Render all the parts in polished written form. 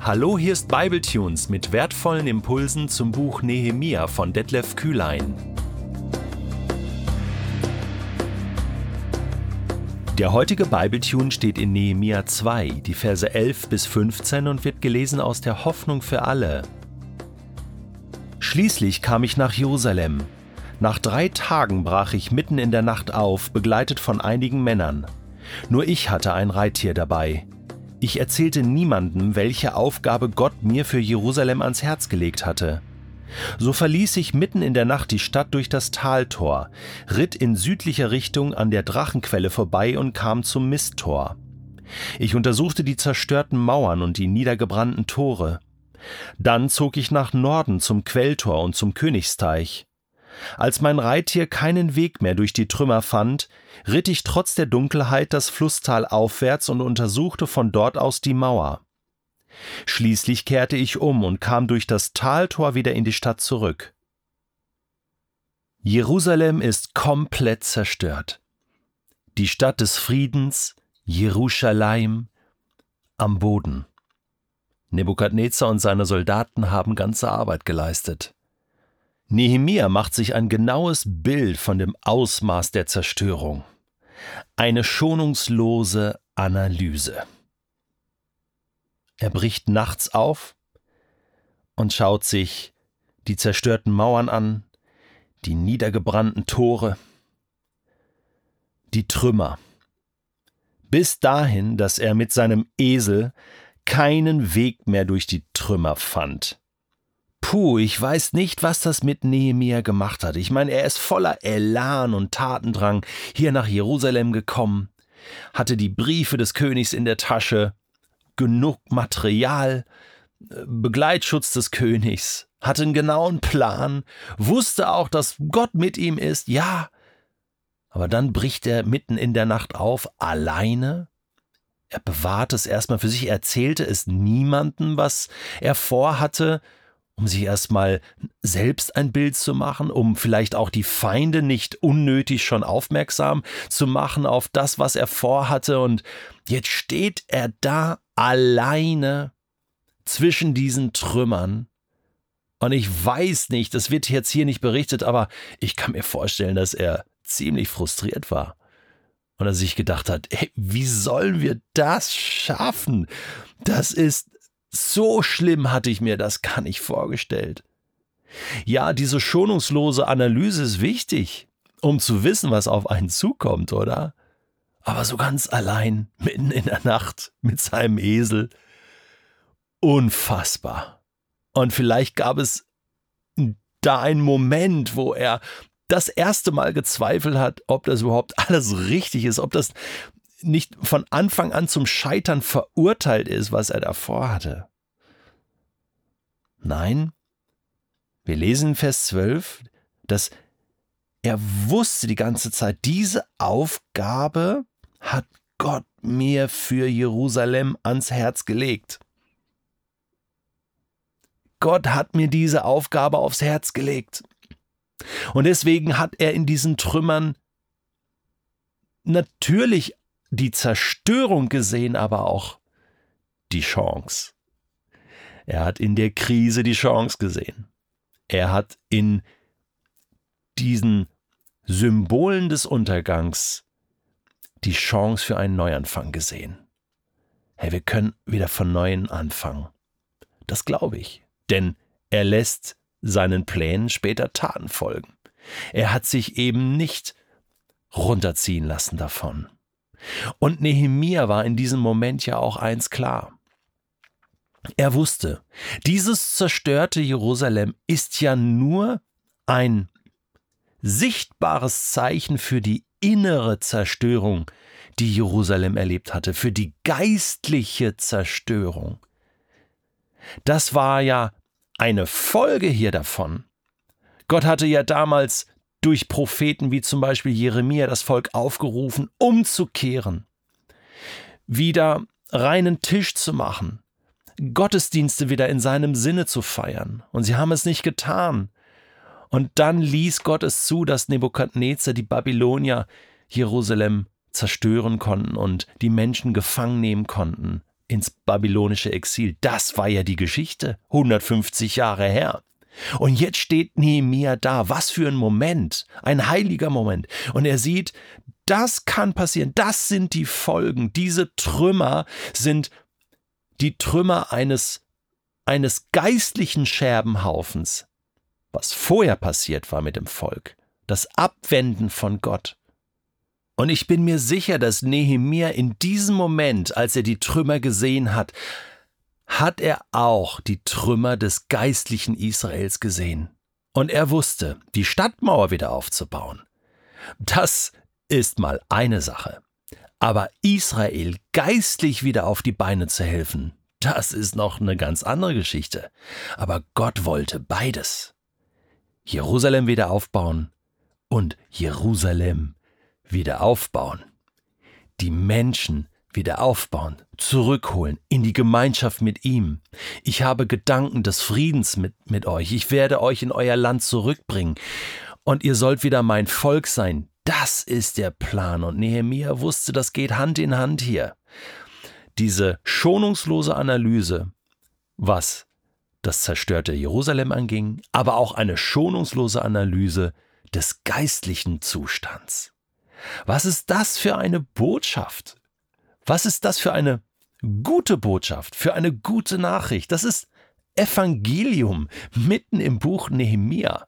Hallo, hier ist Bibletunes mit wertvollen Impulsen zum Buch Nehemia von Detlef Kühlein. Der heutige Bibletune steht in Nehemia 2, die Verse 11 bis 15 und wird gelesen aus der Hoffnung für alle. Schließlich kam ich nach Jerusalem. Nach 3 Tagen brach ich mitten in der Nacht auf, begleitet von einigen Männern. Nur ich hatte ein Reittier dabei. Ich erzählte niemandem, welche Aufgabe Gott mir für Jerusalem ans Herz gelegt hatte. So verließ ich mitten in der Nacht die Stadt durch das Taltor, ritt in südlicher Richtung an der Drachenquelle vorbei und kam zum Misttor. Ich untersuchte die zerstörten Mauern und die niedergebrannten Tore. Dann zog ich nach Norden zum Quelltor und zum Königsteich. Als mein Reittier keinen Weg mehr durch die Trümmer fand, ritt ich trotz der Dunkelheit das Flusstal aufwärts und untersuchte von dort aus die Mauer. Schließlich kehrte ich um und kam durch das Taltor wieder in die Stadt zurück. Jerusalem ist komplett zerstört. Die Stadt des Friedens, Jerusalem, am Boden. Nebukadnezar und seine Soldaten haben ganze Arbeit geleistet. Nehemia macht sich ein genaues Bild von dem Ausmaß der Zerstörung. Eine schonungslose Analyse. Er bricht nachts auf und schaut sich die zerstörten Mauern an, die niedergebrannten Tore, die Trümmer. Bis dahin, dass er mit seinem Esel keinen Weg mehr durch die Trümmer fand. Puh, ich weiß nicht, was das mit Nehemia gemacht hat. Ich meine, er ist voller Elan und Tatendrang hier nach Jerusalem gekommen, hatte die Briefe des Königs in der Tasche, genug Material, Begleitschutz des Königs, hatte einen genauen Plan, wusste auch, dass Gott mit ihm ist, ja. Aber dann bricht er mitten in der Nacht auf, alleine. Er bewahrt es erstmal für sich, er erzählte es niemandem, was er vorhatte, um sich erstmal selbst ein Bild zu machen, um vielleicht auch die Feinde nicht unnötig schon aufmerksam zu machen auf das, was er vorhatte. Und jetzt steht er da alleine zwischen diesen Trümmern. Und ich weiß nicht, das wird jetzt hier nicht berichtet, aber ich kann mir vorstellen, dass er ziemlich frustriert war. Und er sich gedacht hat, ey, wie sollen wir das schaffen? Das ist so schlimm, hatte ich mir das gar nicht vorgestellt. Ja, diese schonungslose Analyse ist wichtig, um zu wissen, was auf einen zukommt, oder? Aber so ganz allein, mitten in der Nacht, mit seinem Esel. Unfassbar. Und vielleicht gab es da einen Moment, wo er das erste Mal gezweifelt hat, ob das überhaupt alles richtig ist, ob das nicht von Anfang an zum Scheitern verurteilt ist, was er davor hatte. Nein, wir lesen in Vers 12, dass er wusste die ganze Zeit, diese Aufgabe hat Gott mir für Jerusalem ans Herz gelegt. Gott hat mir diese Aufgabe aufs Herz gelegt. Und deswegen hat er in diesen Trümmern natürlich die Zerstörung gesehen, aber auch die Chance. Er hat in der Krise die Chance gesehen. Er hat in diesen Symbolen des Untergangs die Chance für einen Neuanfang gesehen. Hey, wir können wieder von Neuem anfangen. Das glaube ich, denn er lässt seinen Plänen später Taten folgen. Er hat sich eben nicht runterziehen lassen davon. Und Nehemia war in diesem Moment ja auch eins klar. Er wusste, dieses zerstörte Jerusalem ist ja nur ein sichtbares Zeichen für die innere Zerstörung, die Jerusalem erlebt hatte, für die geistliche Zerstörung. Das war ja eine Folge hier davon. Gott hatte ja damals durch Propheten wie zum Beispiel Jeremia das Volk aufgerufen, umzukehren, wieder reinen Tisch zu machen, Gottesdienste wieder in seinem Sinne zu feiern. Und sie haben es nicht getan. Und dann ließ Gott es zu, dass Nebukadnezar, die Babylonier, Jerusalem zerstören konnten und die Menschen gefangen nehmen konnten, ins babylonische Exil. Das war ja die Geschichte, 150 Jahre her. Und jetzt steht Nehemia da. Was für ein Moment, ein heiliger Moment. Und er sieht, das kann passieren, das sind die Folgen. Diese Trümmer sind die Trümmer eines geistlichen Scherbenhaufens. Was vorher passiert war mit dem Volk, das Abwenden von Gott. Und ich bin mir sicher, dass Nehemia in diesem Moment, als er die Trümmer gesehen hat, hat er auch die Trümmer des geistlichen Israels gesehen. Und er wusste, die Stadtmauer wieder aufzubauen, das ist mal eine Sache. Aber Israel geistlich wieder auf die Beine zu helfen, das ist noch eine ganz andere Geschichte. Aber Gott wollte beides. Jerusalem wieder aufbauen und Jerusalem wieder aufbauen. Die Menschen wieder aufbauen, zurückholen in die Gemeinschaft mit ihm. Ich habe Gedanken des Friedens mit euch. Ich werde euch in euer Land zurückbringen. Und ihr sollt wieder mein Volk sein. Das ist der Plan. Und Nehemia wusste, das geht Hand in Hand hier. Diese schonungslose Analyse, was das zerstörte Jerusalem anging, aber auch eine schonungslose Analyse des geistlichen Zustands. Was ist das für eine Botschaft? Was ist das für eine gute Botschaft, für eine gute Nachricht? Das ist Evangelium mitten im Buch Nehemia.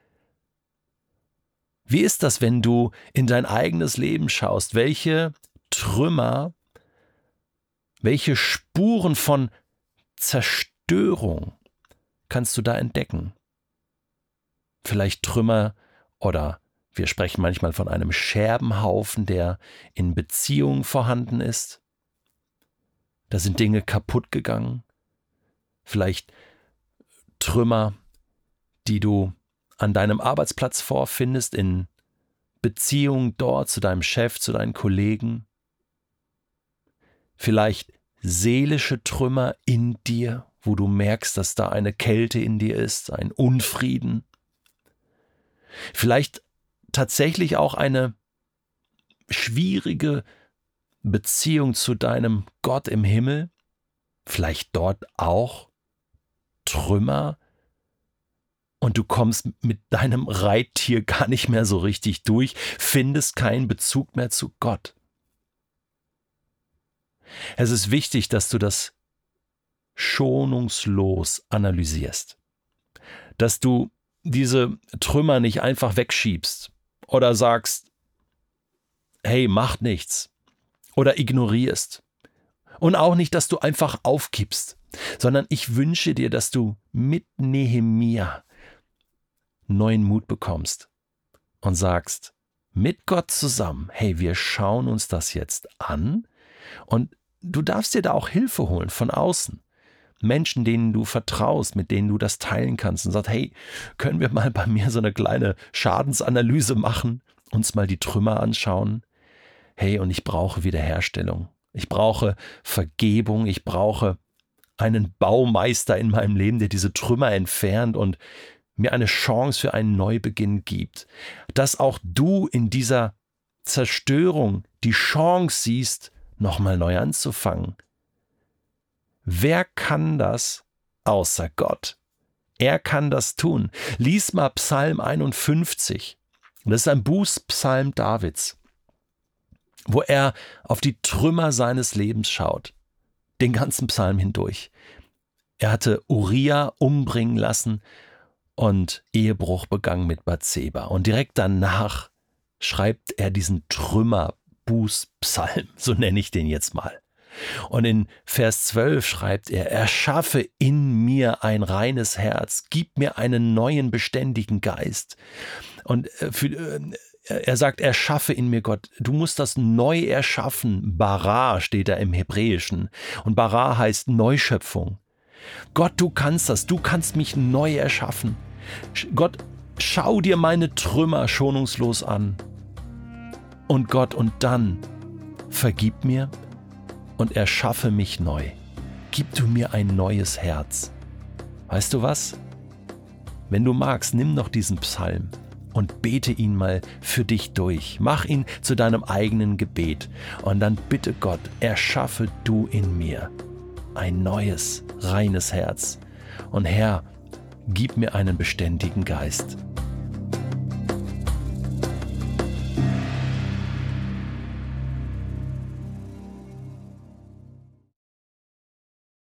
Wie ist das, wenn du in dein eigenes Leben schaust? Welche Trümmer, welche Spuren von Zerstörung kannst du da entdecken? Vielleicht Trümmer oder wir sprechen manchmal von einem Scherbenhaufen, der in Beziehungen vorhanden ist. Da sind Dinge kaputt gegangen. Vielleicht Trümmer, die du an deinem Arbeitsplatz vorfindest, in Beziehungen dort zu deinem Chef, zu deinen Kollegen. Vielleicht seelische Trümmer in dir, wo du merkst, dass da eine Kälte in dir ist, ein Unfrieden. Vielleicht tatsächlich auch eine schwierige Beziehung zu deinem Gott im Himmel, vielleicht dort auch Trümmer und du kommst mit deinem Reittier gar nicht mehr so richtig durch, findest keinen Bezug mehr zu Gott. Es ist wichtig, dass du das schonungslos analysierst, dass du diese Trümmer nicht einfach wegschiebst oder sagst, hey, macht nichts oder ignorierst. Und auch nicht, dass du einfach aufgibst, sondern ich wünsche dir, dass du mit Nehemia neuen Mut bekommst und sagst, mit Gott zusammen, hey, wir schauen uns das jetzt an und du darfst dir da auch Hilfe holen von außen. Menschen, denen du vertraust, mit denen du das teilen kannst und sagst, hey, können wir mal bei mir so eine kleine Schadensanalyse machen, uns mal die Trümmer anschauen? Hey, und ich brauche Wiederherstellung. Ich brauche Vergebung. Ich brauche einen Baumeister in meinem Leben, der diese Trümmer entfernt und mir eine Chance für einen Neubeginn gibt. Dass auch du in dieser Zerstörung die Chance siehst, nochmal neu anzufangen. Wer kann das außer Gott? Er kann das tun. Lies mal Psalm 51. Das ist ein Bußpsalm Davids, wo er auf die Trümmer seines Lebens schaut. Den ganzen Psalm hindurch. Er hatte Uria umbringen lassen und Ehebruch begangen mit Bathseba. Und direkt danach schreibt er diesen Trümmer-Bußpsalm, so nenne ich den jetzt mal. Und in Vers 12 schreibt er, erschaffe in mir ein reines Herz, gib mir einen neuen beständigen Geist. Und er sagt, erschaffe in mir Gott, du musst das neu erschaffen. Bara steht da im Hebräischen und Bara heißt Neuschöpfung. Gott, du kannst das, du kannst mich neu erschaffen. Gott, schau dir meine Trümmer schonungslos an. Und Gott, und dann vergib mir und erschaffe mich neu. Gib du mir ein neues Herz. Weißt du was? Wenn du magst, nimm noch diesen Psalm und bete ihn mal für dich durch. Mach ihn zu deinem eigenen Gebet und dann bitte Gott, erschaffe du in mir ein neues, reines Herz. Und Herr, gib mir einen beständigen Geist.